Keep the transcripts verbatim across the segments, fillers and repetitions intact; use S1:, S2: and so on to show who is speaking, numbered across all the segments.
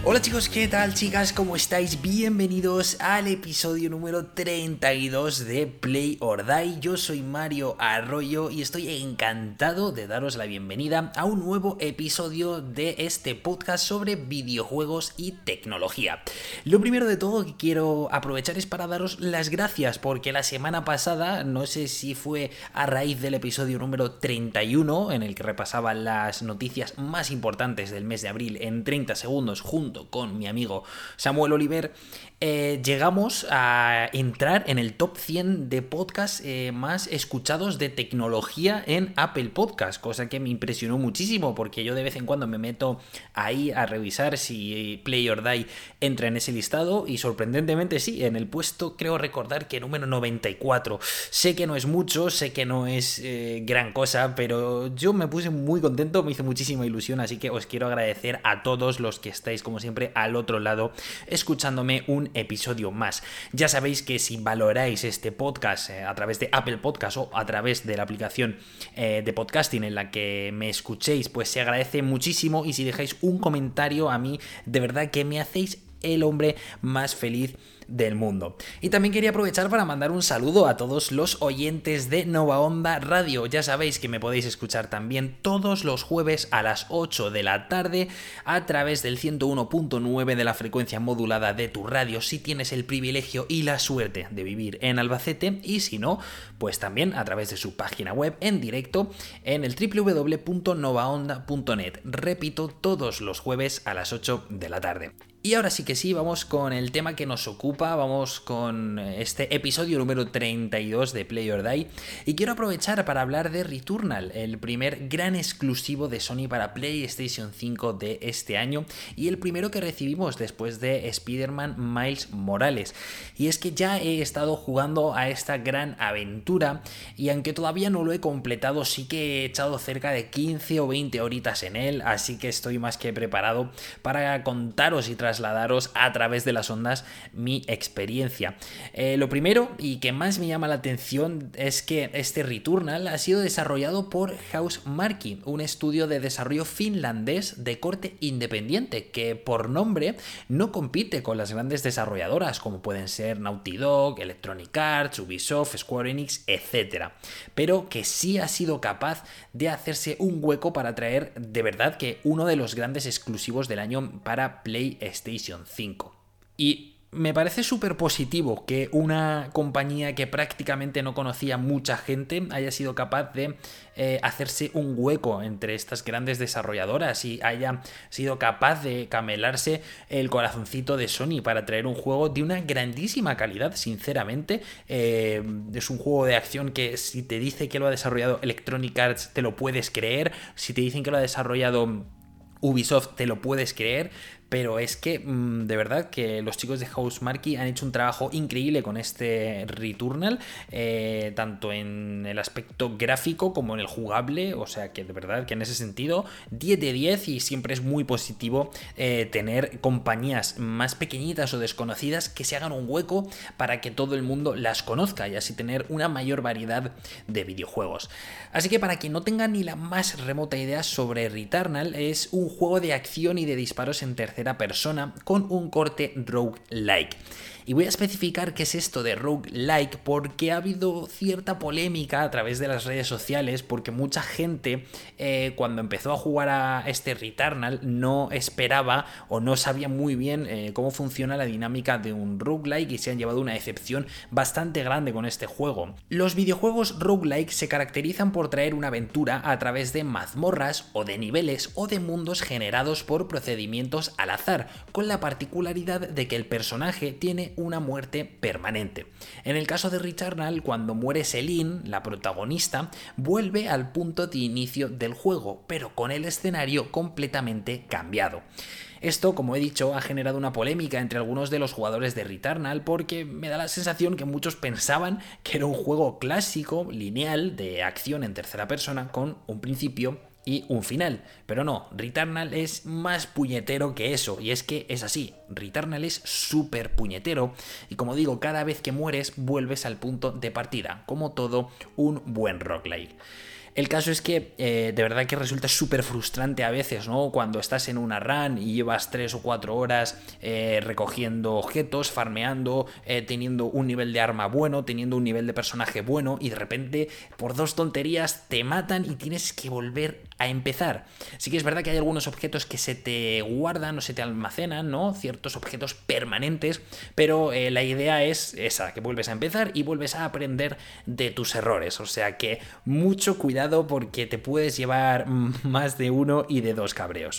S1: Hola chicos, ¿qué tal chicas? ¿Cómo estáis? Bienvenidos al episodio número treinta y dos de Play or Die. Yo soy Mario Arroyo y estoy encantado de daros la bienvenida a un nuevo episodio de este podcast sobre videojuegos y tecnología. Lo primero de todo que quiero aprovechar es para daros las gracias, porque la semana pasada, no sé si fue a raíz del episodio número treinta y uno, en el que repasaba las noticias más importantes del mes de abril en treinta segundos junto con mi amigo Samuel Oliver, eh, llegamos a entrar en el top cien de podcasts eh, más escuchados de tecnología en Apple Podcast, cosa que me impresionó muchísimo porque yo de vez en cuando me meto ahí a revisar si Play or Die entra en ese listado y sorprendentemente sí, en el puesto creo recordar que número noventa y cuatro. Sé que no es mucho, sé que no es eh, gran cosa, pero yo me puse muy contento, me hizo muchísima ilusión, así que os quiero agradecer a todos los que estáis como siempre al otro lado escuchándome un episodio más. Ya sabéis que si valoráis este podcast eh, a través de Apple Podcast o a través de la aplicación eh, de podcasting en la que me escuchéis, pues se agradece muchísimo, y si dejáis un comentario, a mí de verdad que me hacéis el hombre más feliz del mundo. Y también quería aprovechar para mandar un saludo a todos los oyentes de Nova Onda Radio. Ya sabéis que me podéis escuchar también todos los jueves a las ocho de la tarde a través del ciento uno punto nueve de la frecuencia modulada de tu radio, si tienes el privilegio y la suerte de vivir en Albacete, y si no, pues también a través de su página web en directo en el doble u doble u doble u punto nova onda punto net. Repito, todos los jueves a las ocho de la tarde. Y ahora sí que sí, vamos con el tema que nos ocupa, vamos con este episodio número treinta y dos de Play or Die, y quiero aprovechar para hablar de Returnal, el primer gran exclusivo de Sony para PlayStation cinco de este año, y el primero que recibimos después de Spider-Man Miles Morales. Y es que ya he estado jugando a esta gran aventura, y aunque todavía no lo he completado, sí que he echado cerca de quince o veinte horitas en él, así que estoy más que preparado para contaros y trasladaros a través de las ondas mi experiencia. Eh, lo primero y que más me llama la atención es que este Returnal ha sido desarrollado por Housemarque, un estudio de desarrollo finlandés de corte independiente que por nombre no compite con las grandes desarrolladoras como pueden ser Naughty Dog, Electronic Arts, Ubisoft, Square Enix, etcétera, pero que sí ha sido capaz de hacerse un hueco para traer de verdad que uno de los grandes exclusivos del año para PlayStation cinco. Y me parece súper positivo que una compañía que prácticamente no conocía mucha gente haya sido capaz de eh, hacerse un hueco entre estas grandes desarrolladoras y haya sido capaz de camelarse el corazoncito de Sony para traer un juego de una grandísima calidad, sinceramente. Eh, es un juego de acción que si te dice que lo ha desarrollado Electronic Arts te lo puedes creer, si te dicen que lo ha desarrollado Ubisoft te lo puedes creer, pero es que mmm, de verdad que los chicos de Housemarque han hecho un trabajo increíble con este Returnal, eh, tanto en el aspecto gráfico como en el jugable, o sea que de verdad que en ese sentido diez de diez, y siempre es muy positivo eh, tener compañías más pequeñitas o desconocidas que se hagan un hueco para que todo el mundo las conozca y así tener una mayor variedad de videojuegos. Así que para quien no tenga ni la más remota idea sobre Returnal, es un juego de acción y de disparos en tercera persona con un corte roguelike. Y voy a especificar qué es esto de roguelike porque ha habido cierta polémica a través de las redes sociales, porque mucha gente eh, cuando empezó a jugar a este Returnal no esperaba o no sabía muy bien eh, cómo funciona la dinámica de un roguelike y se han llevado una decepción bastante grande con este juego. Los videojuegos roguelike se caracterizan por traer una aventura a través de mazmorras o de niveles o de mundos generados por procedimientos al azar, con la particularidad de que el personaje tiene una muerte permanente. En el caso de Returnal, cuando muere Celine, la protagonista, vuelve al punto de inicio del juego, pero con el escenario completamente cambiado. Esto, como he dicho, ha generado una polémica entre algunos de los jugadores de Returnal porque me da la sensación que muchos pensaban que era un juego clásico, lineal, de acción en tercera persona con un principio y un final. Pero no, Returnal es más puñetero que eso, y es que es así, Returnal es súper puñetero, y como digo, cada vez que mueres vuelves al punto de partida, como todo un buen roguelike. El caso es que eh, de verdad que resulta súper frustrante a veces, ¿no? Cuando estás en una run y llevas tres o cuatro horas eh, recogiendo objetos, farmeando, eh, teniendo un nivel de arma bueno, teniendo un nivel de personaje bueno, y de repente por dos tonterías te matan y tienes que volver a empezar. Sí que es verdad que hay algunos objetos que se te guardan o se te almacenan, ¿no? Ciertos objetos permanentes, pero eh, la idea es esa, que vuelves a empezar y vuelves a aprender de tus errores. O sea que mucho cuidado porque te puedes llevar más de uno y de dos cabreos.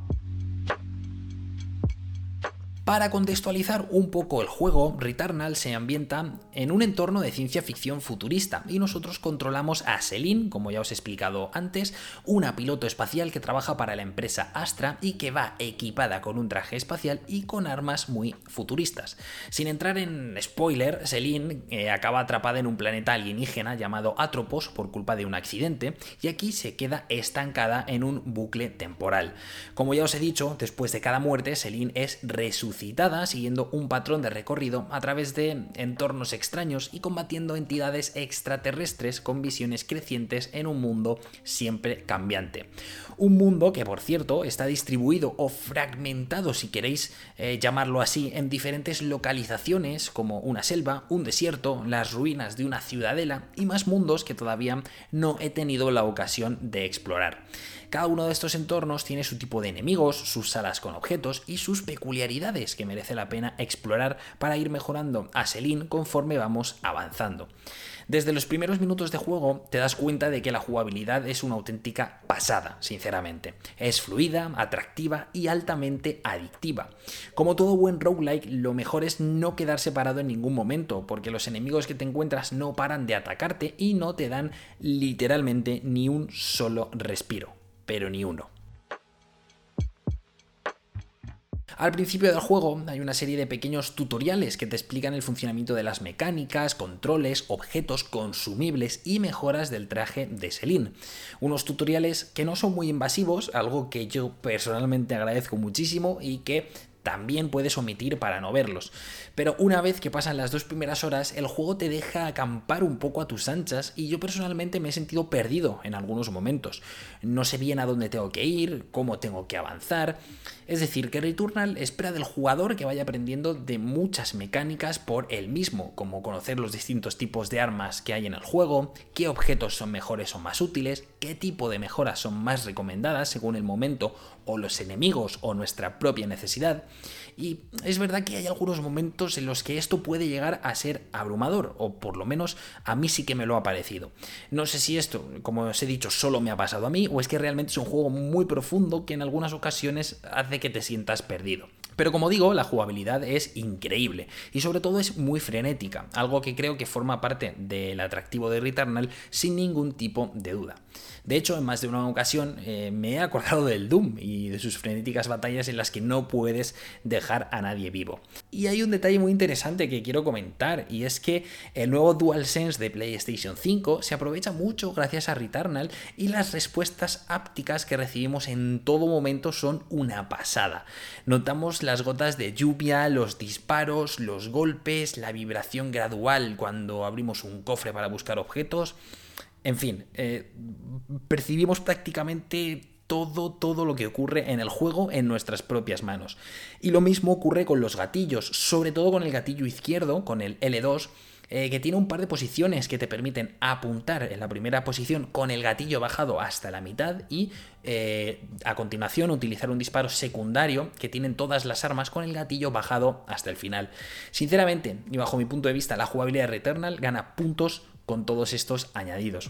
S1: Para contextualizar un poco el juego, Returnal se ambienta en un entorno de ciencia ficción futurista y nosotros controlamos a Celine, como ya os he explicado antes, una piloto espacial que trabaja para la empresa Astra y que va equipada con un traje espacial y con armas muy futuristas. Sin entrar en spoiler, Celine eh, acaba atrapada en un planeta alienígena llamado Atropos por culpa de un accidente y aquí se queda estancada en un bucle temporal. Como ya os he dicho, después de cada muerte, Celine es resucitada citada siguiendo un patrón de recorrido a través de entornos extraños y combatiendo entidades extraterrestres con visiones crecientes en un mundo siempre cambiante. Un mundo que, por cierto, está distribuido o fragmentado, si queréis eh, llamarlo así, en diferentes localizaciones como una selva, un desierto, las ruinas de una ciudadela y más mundos que todavía no he tenido la ocasión de explorar. Cada uno de estos entornos tiene su tipo de enemigos, sus salas con objetos y sus peculiaridades que merece la pena explorar para ir mejorando a Celine conforme vamos avanzando. Desde los primeros minutos de juego te das cuenta de que la jugabilidad es una auténtica pasada, sinceramente. Es fluida, atractiva y altamente adictiva. Como todo buen roguelike, lo mejor es no quedarse parado en ningún momento, porque los enemigos que te encuentras no paran de atacarte y no te dan literalmente ni un solo respiro. Pero ni uno. Al principio del juego hay una serie de pequeños tutoriales que te explican el funcionamiento de las mecánicas, controles, objetos, consumibles y mejoras del traje de Celine. Unos tutoriales que no son muy invasivos, algo que yo personalmente agradezco muchísimo y que también puedes omitir para no verlos. Pero una vez que pasan las dos primeras horas, el juego te deja acampar un poco a tus anchas y yo personalmente me he sentido perdido en algunos momentos. No sé bien a dónde tengo que ir, cómo tengo que avanzar. Es decir, que Returnal espera del jugador que vaya aprendiendo de muchas mecánicas por él mismo, como conocer los distintos tipos de armas que hay en el juego, qué objetos son mejores o más útiles, qué tipo de mejoras son más recomendadas según el momento o los enemigos o nuestra propia necesidad. Y es verdad que hay algunos momentos en los que esto puede llegar a ser abrumador, o por lo menos a mí sí que me lo ha parecido. No sé si esto, como os he dicho, solo me ha pasado a mí, o es que realmente es un juego muy profundo que en algunas ocasiones hace que te sientas perdido. Pero como digo, la jugabilidad es increíble y sobre todo es muy frenética, algo que creo que forma parte del atractivo de Returnal sin ningún tipo de duda. De hecho, en más de una ocasión eh, me he acordado del Doom y de sus frenéticas batallas en las que no puedes dejar a nadie vivo. Y hay un detalle muy interesante que quiero comentar, y es que el nuevo DualSense de PlayStation cinco se aprovecha mucho gracias a Returnal y las respuestas ápticas que recibimos en todo momento son una pasada. Notamos las gotas de lluvia, los disparos, los golpes, la vibración gradual cuando abrimos un cofre para buscar objetos. En fin, eh, percibimos prácticamente todo, todo lo que ocurre en el juego en nuestras propias manos. Y lo mismo ocurre con los gatillos, sobre todo con el gatillo izquierdo, con el L dos, eh, que tiene un par de posiciones que te permiten apuntar en la primera posición con el gatillo bajado hasta la mitad y eh, a continuación utilizar un disparo secundario que tienen todas las armas con el gatillo bajado hasta el final. Sinceramente, y bajo mi punto de vista, la jugabilidad de Returnal gana puntos con todos estos añadidos.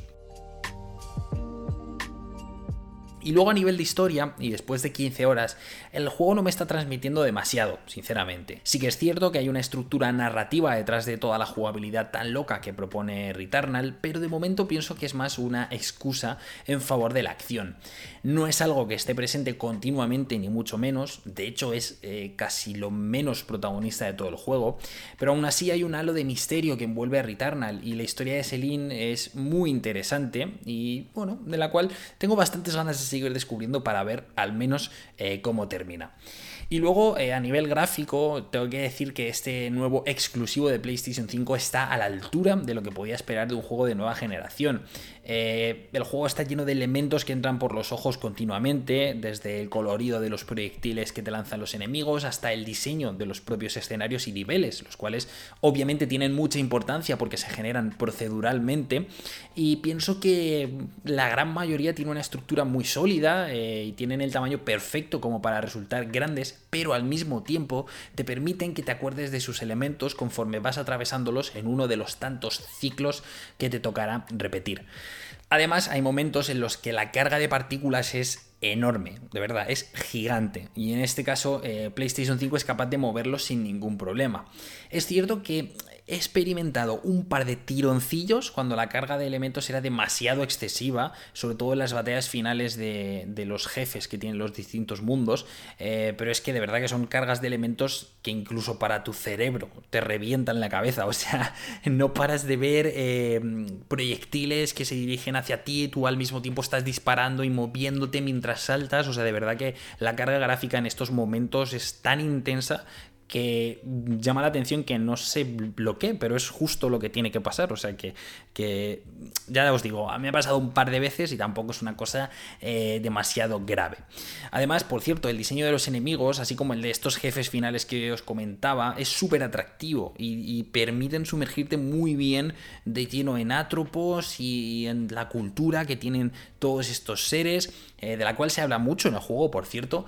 S1: Y luego a nivel de historia, y después de quince horas, el juego no me está transmitiendo demasiado, sinceramente. Sí que es cierto que hay una estructura narrativa detrás de toda la jugabilidad tan loca que propone Returnal, pero de momento pienso que es más una excusa en favor de la acción. No es algo que esté presente continuamente, ni mucho menos, de hecho es eh, casi lo menos protagonista de todo el juego, pero aún así hay un halo de misterio que envuelve a Returnal y la historia de Celine es muy interesante y, bueno, de la cual tengo bastantes ganas de seguir descubriendo para ver al menos eh, cómo termina. Y luego, eh, a nivel gráfico, tengo que decir que este nuevo exclusivo de PlayStation cinco está a la altura de lo que podía esperar de un juego de nueva generación. Eh, el juego está lleno de elementos que entran por los ojos continuamente, desde el colorido de los proyectiles que te lanzan los enemigos hasta el diseño de los propios escenarios y niveles, los cuales obviamente tienen mucha importancia porque se generan proceduralmente, y pienso que la gran mayoría tiene una estructura muy sólida eh, y tienen el tamaño perfecto como para resultar grandes, pero al mismo tiempo te permiten que te acuerdes de sus elementos conforme vas atravesándolos en uno de los tantos ciclos que te tocará repetir. Además, hay momentos en los que la carga de partículas es enorme, de verdad, es gigante, y en este caso eh, PlayStation cinco es capaz de moverlo sin ningún problema. Es cierto que he experimentado un par de tironcillos cuando la carga de elementos era demasiado excesiva, sobre todo en las batallas finales de, de los jefes que tienen los distintos mundos, eh, pero es que de verdad que son cargas de elementos que incluso para tu cerebro te revientan la cabeza, o sea, no paras de ver eh, proyectiles que se dirigen hacia ti y tú al mismo tiempo estás disparando y moviéndote mientras saltas, o sea, de verdad que la carga gráfica en estos momentos es tan intensa que llama la atención que no se bloquee, pero es justo lo que tiene que pasar, o sea que, que ya os digo, a mí me ha pasado un par de veces y tampoco es una cosa eh, demasiado grave. Además, por cierto, el diseño de los enemigos, así como el de estos jefes finales que os comentaba, es súper atractivo y, y permiten sumergirte muy bien de lleno en Atropos y en la cultura que tienen todos estos seres, eh, de la cual se habla mucho en el juego, por cierto,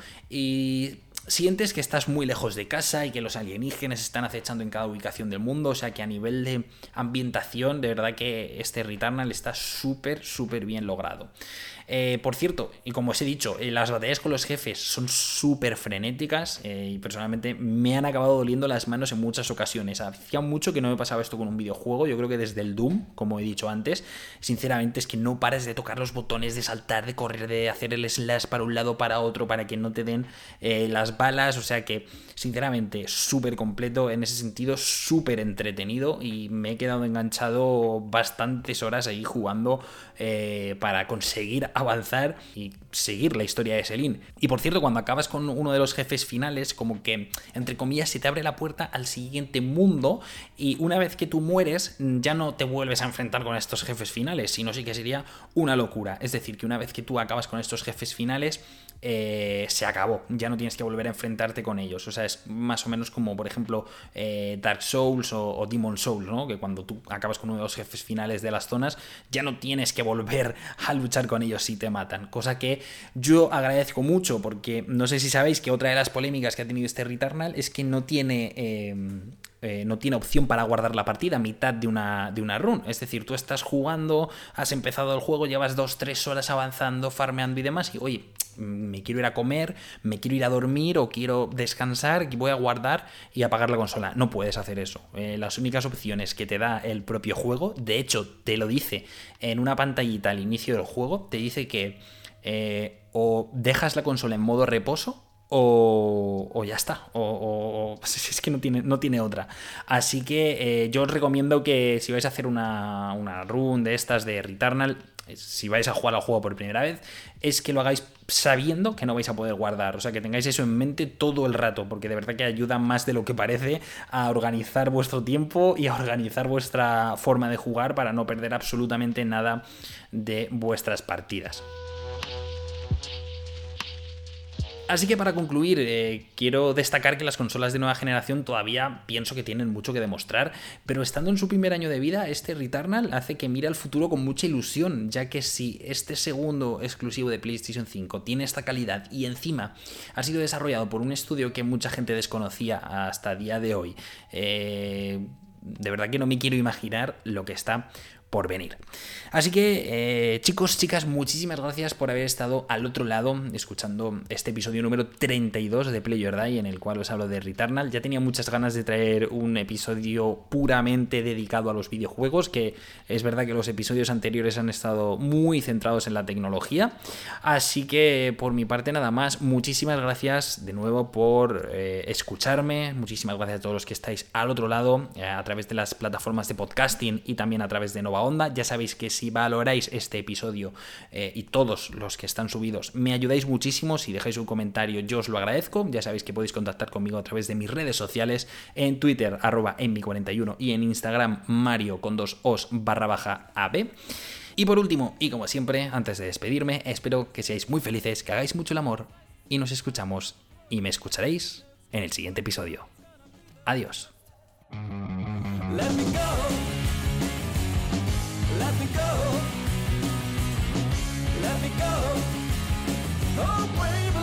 S1: y sientes que estás muy lejos de casa y que los alienígenas están acechando en cada ubicación del mundo, o sea que a nivel de ambientación, de verdad que este Returnal está súper, súper bien logrado. Eh, por cierto, y como os he dicho, eh, las batallas con los jefes son súper frenéticas eh, y personalmente me han acabado doliendo las manos en muchas ocasiones. Hacía mucho que no me pasaba esto con un videojuego, yo creo que desde el Doom, como he dicho antes. Sinceramente es que no pares de tocar los botones, de saltar, de correr, de hacer el slash para un lado, para otro, para que no te den eh, las balas, o sea que sinceramente súper completo en ese sentido, súper entretenido, y me he quedado enganchado bastantes horas ahí jugando eh, para conseguir avanzar y seguir la historia de Celine. Y por cierto, cuando acabas con uno de los jefes finales, como que, entre comillas, se te abre la puerta al siguiente mundo, y una vez que tú mueres, ya no te vuelves a enfrentar con estos jefes finales, sino sí que sería una locura. Es decir, que una vez que tú acabas con estos jefes finales, eh, se acabó, ya no tienes que volver a enfrentarte con ellos. O sea, es más o menos como, por ejemplo, eh, Dark Souls o, o Demon Souls, ¿no? Que cuando tú acabas con uno de los jefes finales de las zonas, ya no tienes que volver a luchar con ellos si te matan, cosa que yo agradezco mucho, porque no sé si sabéis que otra de las polémicas que ha tenido este Returnal es que no tiene eh, eh, no tiene opción para guardar la partida a mitad de una, de una run. Es decir, tú estás jugando, has empezado el juego, llevas dos, tres horas avanzando, farmeando y demás, y oye, me quiero ir a comer, me quiero ir a dormir o quiero descansar y voy a guardar y apagar la consola. No puedes hacer eso. Eh, las únicas opciones que te da el propio juego, de hecho te lo dice en una pantallita al inicio del juego, te dice que eh, o dejas la consola en modo reposo O, o ya está, o, o, o es que no tiene, no tiene otra. Así que eh, yo os recomiendo que si vais a hacer una, una run de estas de Returnal, si vais a jugar al juego por primera vez, es que lo hagáis sabiendo que no vais a poder guardar, o sea, que tengáis eso en mente todo el rato, porque de verdad que ayuda más de lo que parece a organizar vuestro tiempo y a organizar vuestra forma de jugar para no perder absolutamente nada de vuestras partidas. Así que para concluir, eh, quiero destacar que las consolas de nueva generación todavía pienso que tienen mucho que demostrar, pero estando en su primer año de vida, este Returnal hace que mire al futuro con mucha ilusión, ya que si este segundo exclusivo de PlayStation cinco tiene esta calidad y encima ha sido desarrollado por un estudio que mucha gente desconocía hasta el día de hoy, eh, de verdad que no me quiero imaginar lo que está por venir. Así que eh, chicos, chicas, muchísimas gracias por haber estado al otro lado escuchando este episodio número treinta y dos de Play or Die, en el cual os hablo de Returnal. Ya tenía muchas ganas de traer un episodio puramente dedicado a los videojuegos, que es verdad que los episodios anteriores han estado muy centrados en la tecnología. Así que por mi parte nada más, muchísimas gracias de nuevo por eh, escucharme, muchísimas gracias a todos los que estáis al otro lado eh, a través de las plataformas de podcasting y también a través de Nova onda. Ya sabéis que si valoráis este episodio eh, y todos los que están subidos, me ayudáis muchísimo. Si dejáis un comentario, yo os lo agradezco. Ya sabéis que podéis contactar conmigo a través de mis redes sociales, en Twitter, arroba envi cuarenta y uno, y en Instagram, mario con dos os barra baja ab. Y por último, y como siempre, antes de despedirme, espero que seáis muy felices, que hagáis mucho el amor, y nos escuchamos y me escucharéis en el siguiente episodio. Adiós. Let me go. Let me go. Let me go. Oh, baby.